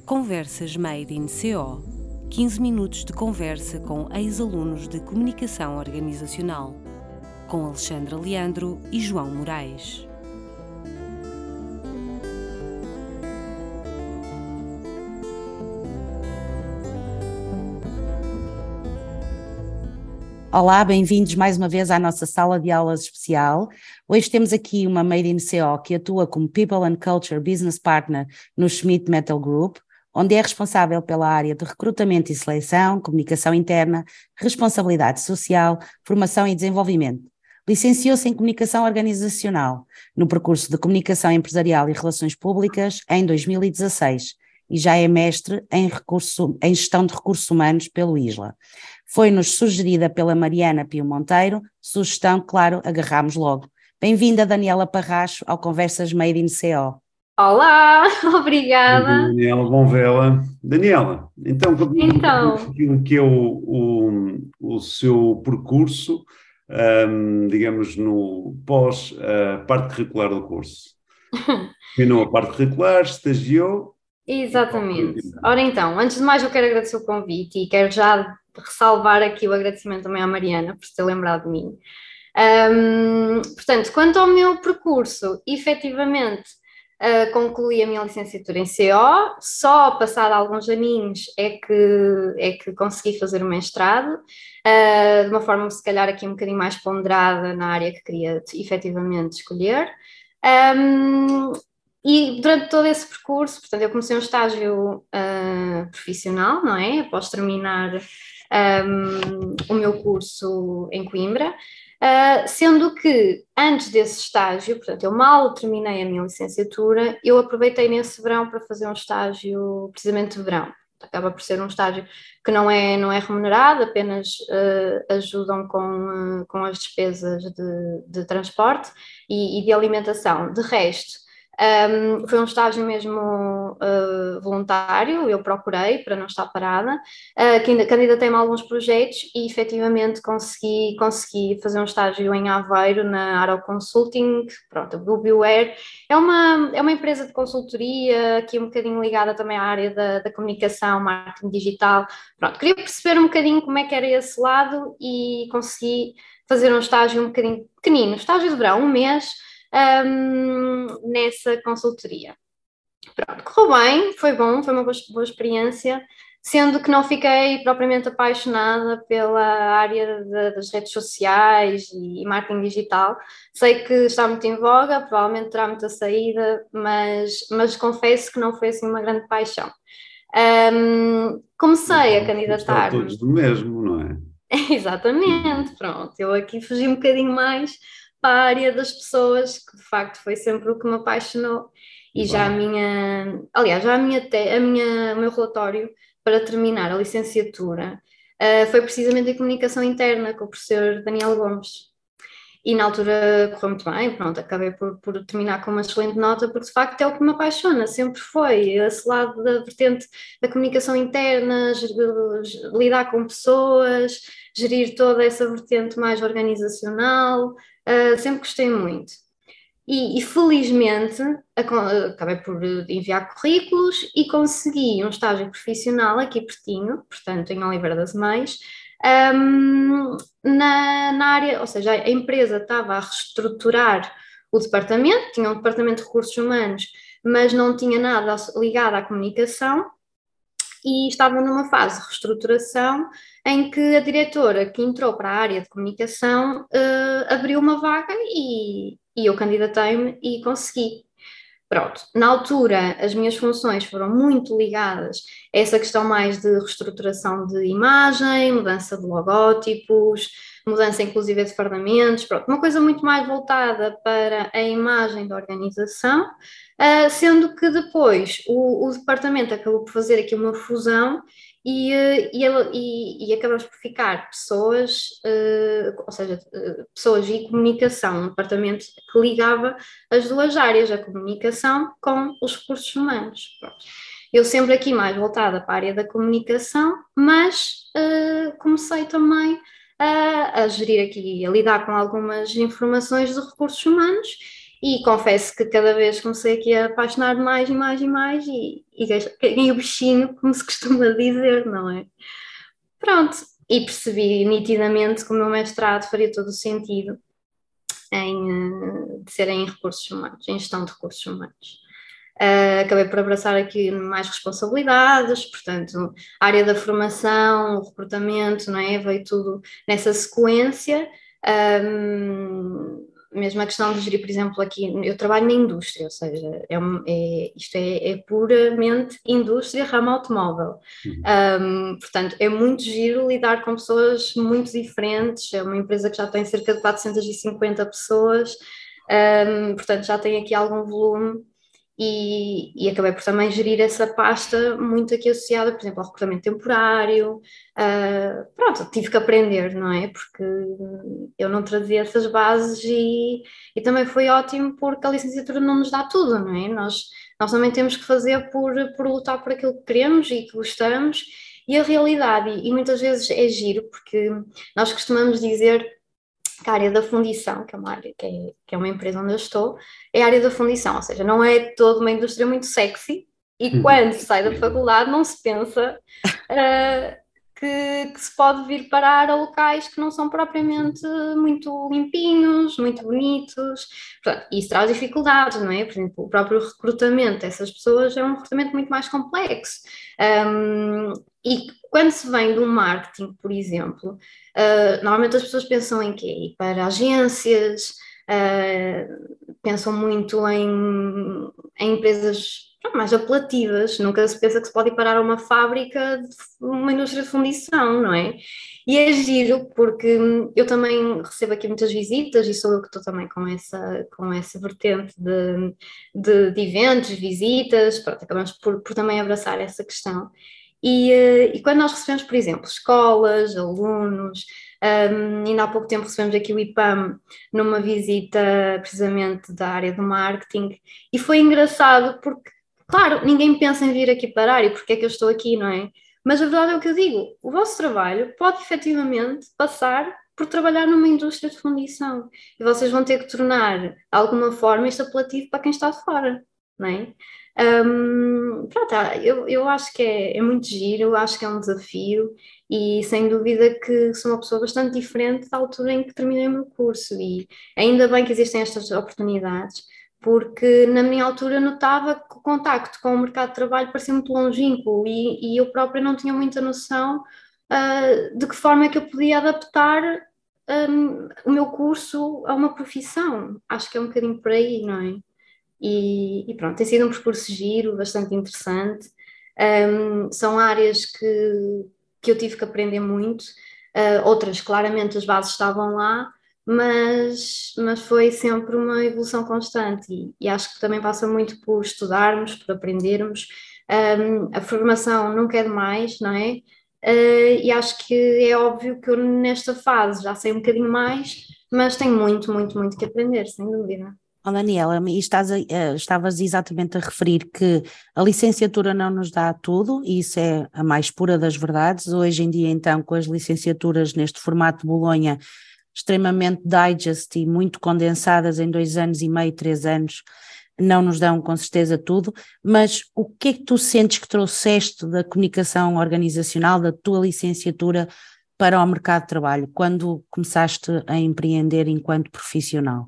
Conversas Made in CO. 15 minutos de conversa com ex-alunos de Comunicação Organizacional, com Alexandra Leandro e João Moraes. Olá, bem-vindos mais uma vez à nossa sala de aulas especial. Hoje temos aqui uma Made in CO que atua como People and Culture Business Partner no Schmidt Metal Group, onde é responsável pela área de recrutamento e seleção, comunicação interna, responsabilidade social, formação e desenvolvimento. Licenciou-se em Comunicação Organizacional, no percurso de Comunicação Empresarial e Relações Públicas em 2016 e já é mestre em Gestão de Recursos Humanos pelo ISLA. Foi-nos sugerida pela Mariana Pio Monteiro, sugestão, claro, agarramos logo. Bem-vinda, Daniela Parracho, ao Conversas Made in CO. Olá, obrigada. Daniela, bom vê-la. Daniela, então, aquilo que é o seu percurso, digamos, no pós parte curricular do curso. Terminou a parte curricular, estagiou. Exatamente. Ora então, antes de mais eu quero agradecer o convite e quero já ressalvar aqui o agradecimento também à Mariana por se ter lembrado de mim. Portanto, quanto ao meu percurso, efetivamente concluí a minha licenciatura em CO, só passado alguns aninhos é que consegui fazer o mestrado, de uma forma se calhar aqui um bocadinho mais ponderada na área que queria efetivamente escolher. E durante todo esse percurso, portanto, eu comecei um estágio profissional, não é? Após terminar o meu curso em Coimbra, sendo que antes desse estágio, portanto, eu mal terminei a minha licenciatura, eu aproveitei nesse verão para fazer um estágio precisamente de verão. Acaba por ser um estágio que não é remunerado, apenas ajudam com as despesas de transporte e de alimentação. De resto, foi um estágio mesmo voluntário, eu procurei para não estar parada, candidatei-me a alguns projetos e efetivamente consegui fazer um estágio em Aveiro na Arrow Consulting. Pronto, a BlueBeWare é uma empresa de consultoria aqui um bocadinho ligada também à área da comunicação, marketing digital. Pronto, queria perceber um bocadinho como é que era esse lado e consegui fazer um estágio um bocadinho pequenino, estágio de verão, um mês, nessa consultoria. Pronto, correu bem, foi bom, foi uma boa experiência, sendo que não fiquei propriamente apaixonada pela área das redes sociais e marketing digital. Sei que está muito em voga, provavelmente terá muita saída, mas confesso que não foi assim uma grande paixão. Comecei a candidatar-me. Todos do mesmo, não é? Exatamente, pronto, eu aqui fugi um bocadinho mais para a área das pessoas, que de facto foi sempre o que me apaixonou. E já o meu relatório para terminar a licenciatura foi precisamente em comunicação interna com o professor Daniel Gomes. E na altura correu muito bem, pronto, acabei por terminar com uma excelente nota, porque de facto é o que me apaixona, sempre foi esse lado da vertente da comunicação interna, lidar com pessoas, gerir toda essa vertente mais organizacional, sempre gostei muito. E felizmente acabei por enviar currículos e consegui um estágio profissional aqui pertinho, portanto em Oliveira das Meias, na área, ou seja, a empresa estava a reestruturar o departamento, tinha um departamento de recursos humanos, mas não tinha nada ligado à comunicação e estava numa fase de reestruturação em que a diretora que entrou para a área de comunicação abriu uma vaga e eu candidatei-me e consegui. Pronto, na altura as minhas funções foram muito ligadas a essa questão mais de reestruturação de imagem, mudança de logótipos, mudança inclusive de fardamentos, pronto, uma coisa muito mais voltada para a imagem da organização, sendo que depois o departamento acabou por fazer aqui uma fusão e acabamos por ficar pessoas, ou seja, pessoas e comunicação, um departamento que ligava as duas áreas, a comunicação com os recursos humanos. Pronto. Eu sempre aqui mais voltada para a área da comunicação, mas comecei também a gerir aqui, a lidar com algumas informações de recursos humanos e confesso que cada vez comecei aqui a apaixonar mais e mais e mais e ganhei o bichinho, como se costuma dizer, não é? Pronto, e percebi nitidamente que o meu mestrado faria todo o sentido de ser em recursos humanos, em gestão de recursos humanos. Acabei por abraçar aqui mais responsabilidades, portanto, a área da formação, o recrutamento, não é? Veio tudo nessa sequência. Mesmo a questão de gerir, por exemplo, aqui, eu trabalho na indústria, ou seja, isto é puramente indústria, ramo automóvel. Portanto, é muito giro lidar com pessoas muito diferentes, é uma empresa que já tem cerca de 450 pessoas, portanto, já tem aqui algum volume. E acabei por também gerir essa pasta muito aqui associada, por exemplo, ao recrutamento temporário. Pronto, tive que aprender, não é? Porque eu não trazia essas bases e também foi ótimo porque a licenciatura não nos dá tudo, não é? Nós também temos que fazer por lutar por aquilo que queremos e que gostamos. E a realidade, e muitas vezes é giro, porque nós costumamos dizer que a área da fundição, que é uma área que é uma empresa onde eu estou, é a área da fundição, ou seja, não é toda uma indústria muito sexy, e quando se sai da faculdade não se pensa que se pode vir parar a locais que não são propriamente muito limpinhos, muito bonitos. Portanto, isso traz dificuldades, não é? Por exemplo, o próprio recrutamento dessas pessoas é um recrutamento muito mais complexo. E quando se vem do marketing, por exemplo, normalmente as pessoas pensam em quê? Ir para agências, pensam muito em empresas mais apelativas, nunca se pensa que se pode ir parar a uma fábrica, uma indústria de fundição, não é? E é giro porque eu também recebo aqui muitas visitas e sou eu que estou também com essa vertente de eventos, visitas, pronto, acabamos por também abraçar essa questão. E quando nós recebemos, por exemplo, escolas, alunos, ainda há pouco tempo recebemos aqui o IPAM numa visita precisamente da área do marketing e foi engraçado porque, claro, ninguém pensa em vir aqui parar e porque é que eu estou aqui, não é? Mas a verdade é o que eu digo, o vosso trabalho pode efetivamente passar por trabalhar numa indústria de fundição e vocês vão ter que tornar, de alguma forma, isto apelativo para quem está de fora, não é? Pronto, eu acho que é muito giro, acho que é um desafio e sem dúvida que sou uma pessoa bastante diferente da altura em que terminei o meu curso e ainda bem que existem estas oportunidades, porque na minha altura notava que o contacto com o mercado de trabalho parecia muito longínquo e eu própria não tinha muita noção de que forma é que eu podia adaptar o meu curso a uma profissão. Acho que é um bocadinho por aí, não é? E pronto, tem sido um percurso giro, bastante interessante. São áreas que eu tive que aprender muito, outras claramente as bases estavam lá, mas foi sempre uma evolução constante e acho que também passa muito por estudarmos, por aprendermos. A formação nunca é demais, não é? E acho que é óbvio que eu nesta fase já sei um bocadinho mais, mas tenho muito, muito, muito que aprender, sem dúvida. Oh, Daniela, e estavas exatamente a referir que a licenciatura não nos dá tudo, e isso é a mais pura das verdades. Hoje em dia, então, com as licenciaturas neste formato de Bolonha, extremamente digest e muito condensadas em 2 anos e meio, 3 anos, não nos dão com certeza tudo, mas o que é que tu sentes que trouxeste da comunicação organizacional, da tua licenciatura, para o mercado de trabalho, quando começaste a empreender enquanto profissional?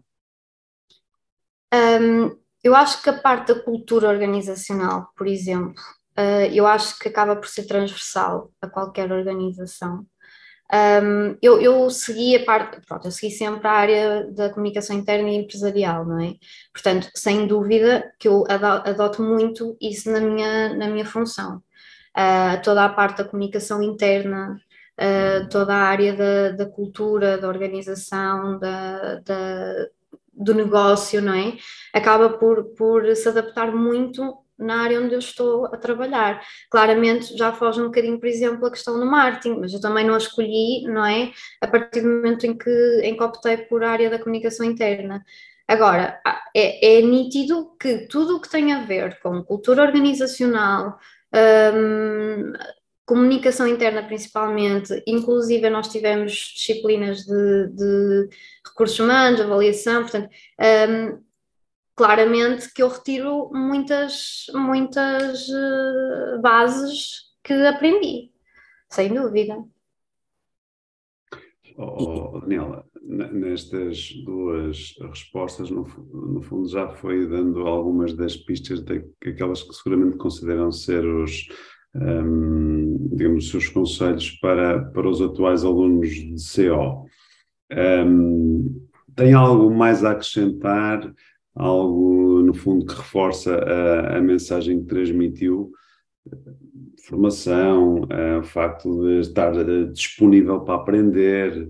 Eu acho que a parte da cultura organizacional, por exemplo, eu acho que acaba por ser transversal a qualquer organização. Eu segui eu segui sempre a área da comunicação interna e empresarial, não é? Portanto, sem dúvida que eu adoto muito isso na minha função. Toda a parte da comunicação interna, toda a área da cultura, da organização, do negócio, não é? Acaba por se adaptar muito na área onde eu estou a trabalhar. Claramente já foge um bocadinho, por exemplo, a questão do marketing, mas eu também não a escolhi, não é? A partir do momento em que optei por a área da comunicação interna. Agora, é nítido que tudo o que tem a ver com cultura organizacional, comunicação interna principalmente, inclusive nós tivemos disciplinas de recursos humanos, avaliação, portanto, claramente que eu retiro muitas bases que aprendi, sem dúvida. Daniela, nestas duas respostas, no fundo, já foi dando algumas das pistas daquelas que seguramente consideram ser digamos, os seus conselhos para os atuais alunos de CO. Tem algo mais a acrescentar, algo, no fundo, que reforça a mensagem que transmitiu? Formação, o facto de estar disponível para aprender,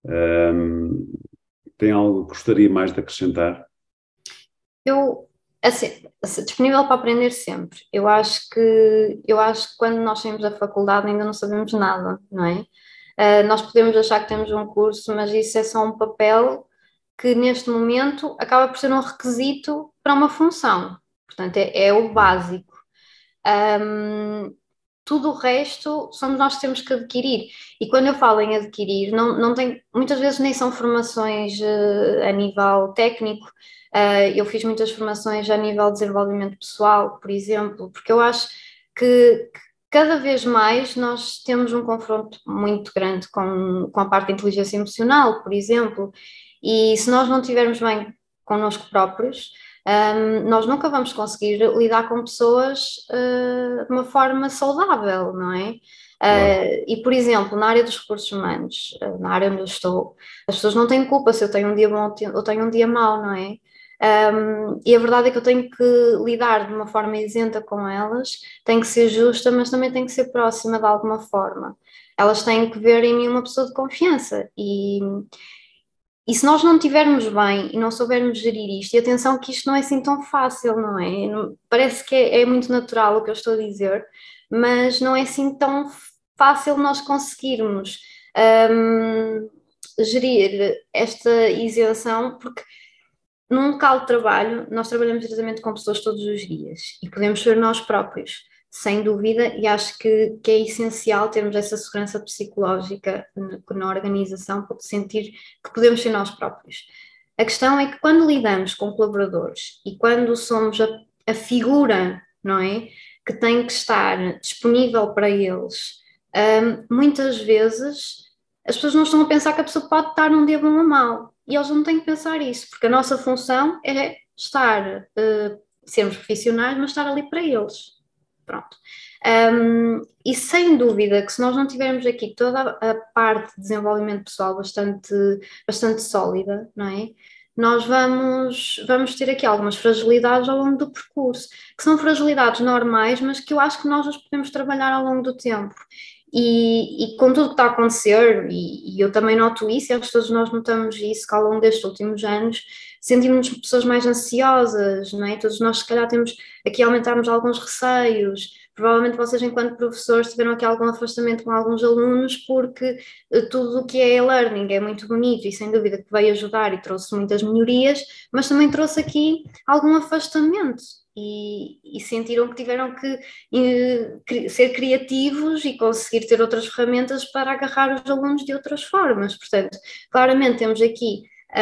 tem algo que gostaria mais de acrescentar? Eu, assim, disponível para aprender sempre. Eu acho que quando nós saímos da faculdade ainda não sabemos nada, não é? Nós podemos achar que temos um curso, mas isso é só um papel que neste momento acaba por ser um requisito para uma função. Portanto, é o básico. Tudo o resto somos nós que temos que adquirir. E quando eu falo em adquirir, não tem, muitas vezes nem são formações a nível técnico. Eu fiz muitas formações a nível de desenvolvimento pessoal, por exemplo, porque eu acho que cada vez mais nós temos um confronto muito grande com a parte de inteligência emocional, por exemplo, e se nós não estivermos bem connosco próprios, nós nunca vamos conseguir lidar com pessoas de uma forma saudável, não é? E, por exemplo, na área dos recursos humanos, na área onde eu estou, as pessoas não têm culpa se eu tenho um dia bom ou tenho um dia mau, não é? E a verdade é que eu tenho que lidar de uma forma isenta com elas, tenho que ser justa, mas também tenho que ser próxima de alguma forma. Elas têm que ver em mim uma pessoa de confiança e se nós não estivermos bem e não soubermos gerir isto, e atenção que isto não é assim tão fácil, não é? Parece que é muito natural o que eu estou a dizer, mas não é assim tão fácil nós conseguirmos gerir esta isenção, porque num local de trabalho nós trabalhamos diretamente com pessoas todos os dias e podemos ser nós próprios, sem dúvida, e acho que é essencial termos essa segurança psicológica na organização para sentir que podemos ser nós próprios. A questão é que quando lidamos com colaboradores e quando somos a figura, não é, que tem que estar disponível para eles, muitas vezes as pessoas não estão a pensar que a pessoa pode estar num dia bom ou mau, e eles não têm que pensar isso, porque a nossa função é estar, sermos profissionais, mas estar ali para eles. Pronto. E sem dúvida que se nós não tivermos aqui toda a parte de desenvolvimento pessoal bastante sólida, não é? Nós vamos ter aqui algumas fragilidades ao longo do percurso, que são fragilidades normais, mas que eu acho que nós as podemos trabalhar ao longo do tempo. E com tudo que está a acontecer, e eu também noto isso, e acho que todos nós notamos isso, que ao longo destes últimos anos sentimos pessoas mais ansiosas, não é? Todos nós se calhar temos aqui aumentarmos alguns receios, provavelmente vocês enquanto professores tiveram aqui algum afastamento com alguns alunos, porque tudo o que é e-learning é muito bonito e sem dúvida que veio ajudar e trouxe muitas melhorias, mas também trouxe aqui algum afastamento. E sentiram que tiveram que ser criativos e conseguir ter outras ferramentas para agarrar os alunos de outras formas. Portanto, claramente temos aqui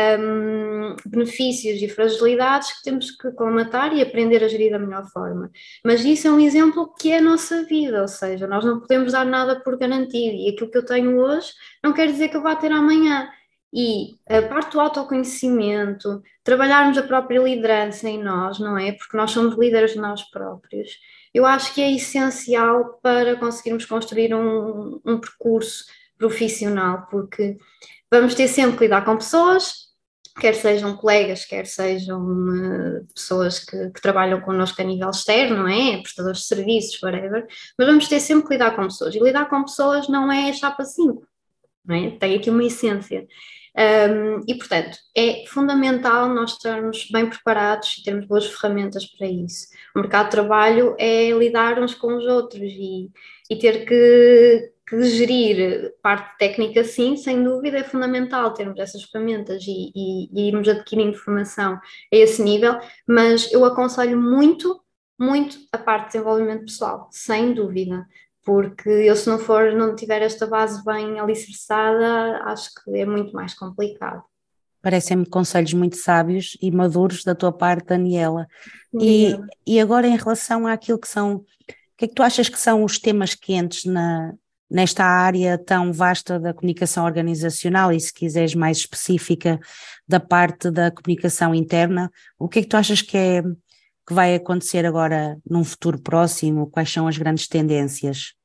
benefícios e fragilidades que temos que colmatar e aprender a gerir da melhor forma. Mas isso é um exemplo que é a nossa vida, ou seja, nós não podemos dar nada por garantido e aquilo que eu tenho hoje não quer dizer que eu vá ter amanhã. E a parte do autoconhecimento, trabalharmos a própria liderança em nós, não é? Porque nós somos líderes de nós próprios. Eu acho que é essencial para conseguirmos construir um percurso profissional, porque vamos ter sempre que lidar com pessoas, quer sejam colegas, quer sejam pessoas que trabalham connosco a nível externo, não é? Prestadores de serviços, whatever, mas vamos ter sempre que lidar com pessoas. E lidar com pessoas não é chapa 5, não é? Tem aqui uma essência. E, portanto, é fundamental nós estarmos bem preparados e termos boas ferramentas para isso. O mercado de trabalho é lidar uns com os outros e ter que gerir parte técnica, sim, sem dúvida, é fundamental termos essas ferramentas e irmos adquirindo formação a esse nível, mas eu aconselho muito, muito a parte de desenvolvimento pessoal, sem dúvida. Porque eu, se não tiver esta base bem alicerçada, acho que é muito mais complicado. Parecem-me conselhos muito sábios e maduros da tua parte, Daniela. E agora em relação àquilo que são, o que é que tu achas que são os temas quentes nesta área tão vasta da comunicação organizacional e, se quiseres mais específica, da parte da comunicação interna, o que é que tu achas que vai acontecer agora num futuro próximo? Quais são as grandes tendências?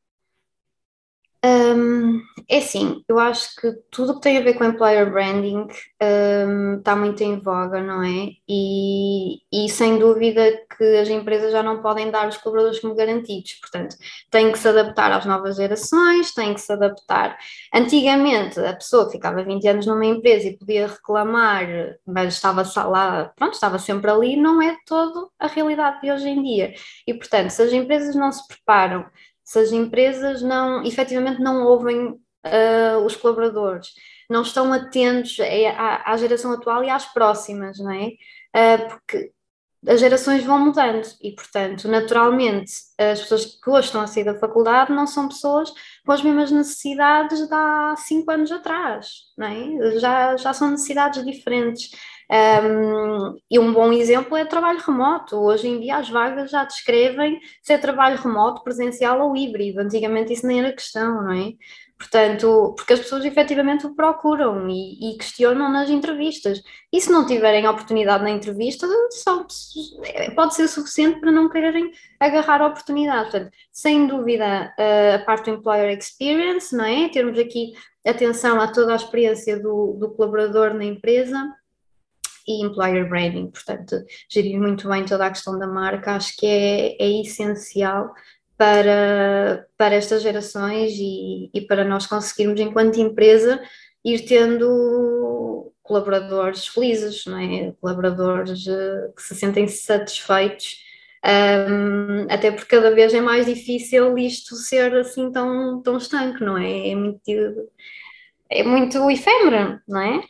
É assim, eu acho que tudo que tem a ver com employer branding está muito em voga, não é? E sem dúvida que as empresas já não podem dar os colaboradores como garantidos, portanto, têm que se adaptar às novas gerações, têm que se adaptar. Antigamente, a pessoa ficava 20 anos numa empresa e podia reclamar, mas estava lá, pronto, estava sempre ali, não é todo a realidade de hoje em dia. E, portanto, se as empresas não se preparam, se as empresas efetivamente não ouvem os colaboradores, não estão atentos à geração atual e às próximas, não é? Porque as gerações vão mudando e, portanto, naturalmente, as pessoas que hoje estão a sair da faculdade não são pessoas com as mesmas necessidades de há 5 anos atrás, não é? Já são necessidades diferentes. E um bom exemplo é o trabalho remoto. Hoje em dia as vagas já descrevem se é trabalho remoto, presencial ou híbrido. Antigamente isso nem era questão, não é? Portanto, porque as pessoas efetivamente o procuram e questionam nas entrevistas. E se não tiverem oportunidade na entrevista, pode ser suficiente para não quererem agarrar a oportunidade. Portanto, sem dúvida, a parte do employer experience, não é? Termos aqui atenção a toda a experiência do colaborador na empresa. E employer branding, portanto, gerir muito bem toda a questão da marca, acho que é essencial para estas gerações e para nós conseguirmos, enquanto empresa, ir tendo colaboradores felizes, não é? Colaboradores que se sentem satisfeitos, até porque cada vez é mais difícil isto ser assim tão estanque, não é? É muito efêmero, não é?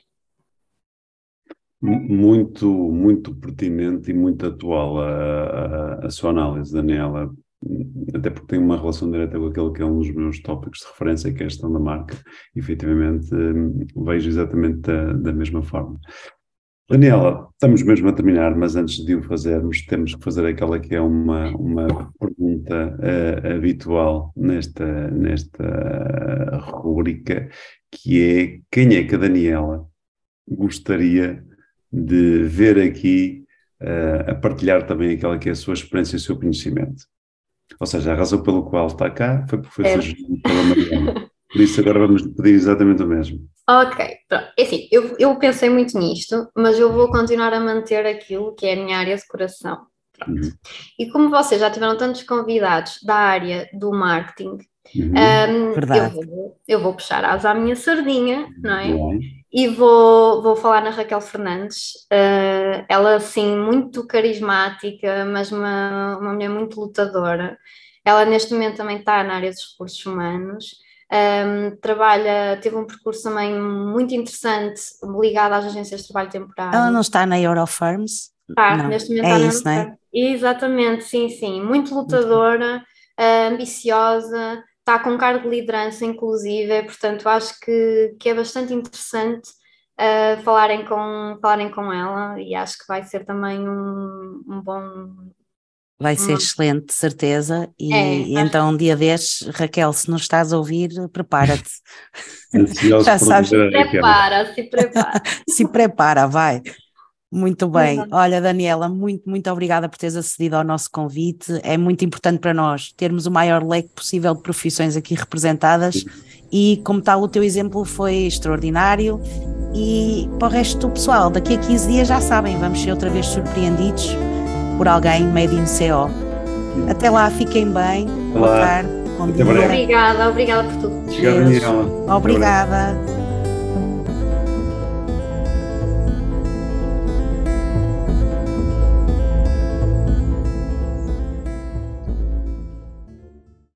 Muito pertinente e muito atual a sua análise, Daniela, até porque tem uma relação direta com aquele que é um dos meus tópicos de referência, que é a gestão da marca. Efetivamente, vejo exatamente da mesma forma. Daniela, estamos mesmo a terminar, mas antes de o fazermos, temos que fazer aquela que é uma pergunta habitual nesta rubrica, que é: quem é que a Daniela gostaria de ver aqui a partilhar também aquela que é a sua experiência e o seu conhecimento? Ou seja, a razão pela qual está cá foi porque foi sugerido pela Mariana. Por isso agora vamos pedir exatamente o mesmo. Ok, pronto. É assim, eu pensei muito nisto, mas eu vou continuar a manter aquilo que é a minha área de coração. Pronto. E como vocês já tiveram tantos convidados da área do marketing, eu vou puxar asa à minha sardinha, não é? E vou falar na Raquel Fernandes, ela assim muito carismática, mas uma mulher muito lutadora. Ela neste momento também está na área dos recursos humanos, teve um percurso também muito interessante ligado às agências de trabalho temporário. Ela não está na Eurofirms? Neste momento está na Eurofirms. Não é? Exatamente, sim, muito lutadora, ambiciosa. Está com cargo de liderança, inclusive, portanto, acho que é bastante interessante falarem com ela e acho que vai ser também um bom... Vai ser excelente, de certeza, e então um dia destes, Raquel, se nos estás a ouvir, prepara-te. Já sabes. Se prepara, vai. Muito bem. Olha, Daniela, muito obrigada por teres acedido ao nosso convite. É muito importante para nós termos o maior leque possível de profissões aqui representadas e, como tal, o teu exemplo foi extraordinário. E para o resto do pessoal, daqui a 15 dias já sabem, vamos ser outra vez surpreendidos por alguém made in CO. Até lá, fiquem bem. Boa tarde, bom dia. Obrigada por tudo. Obrigada.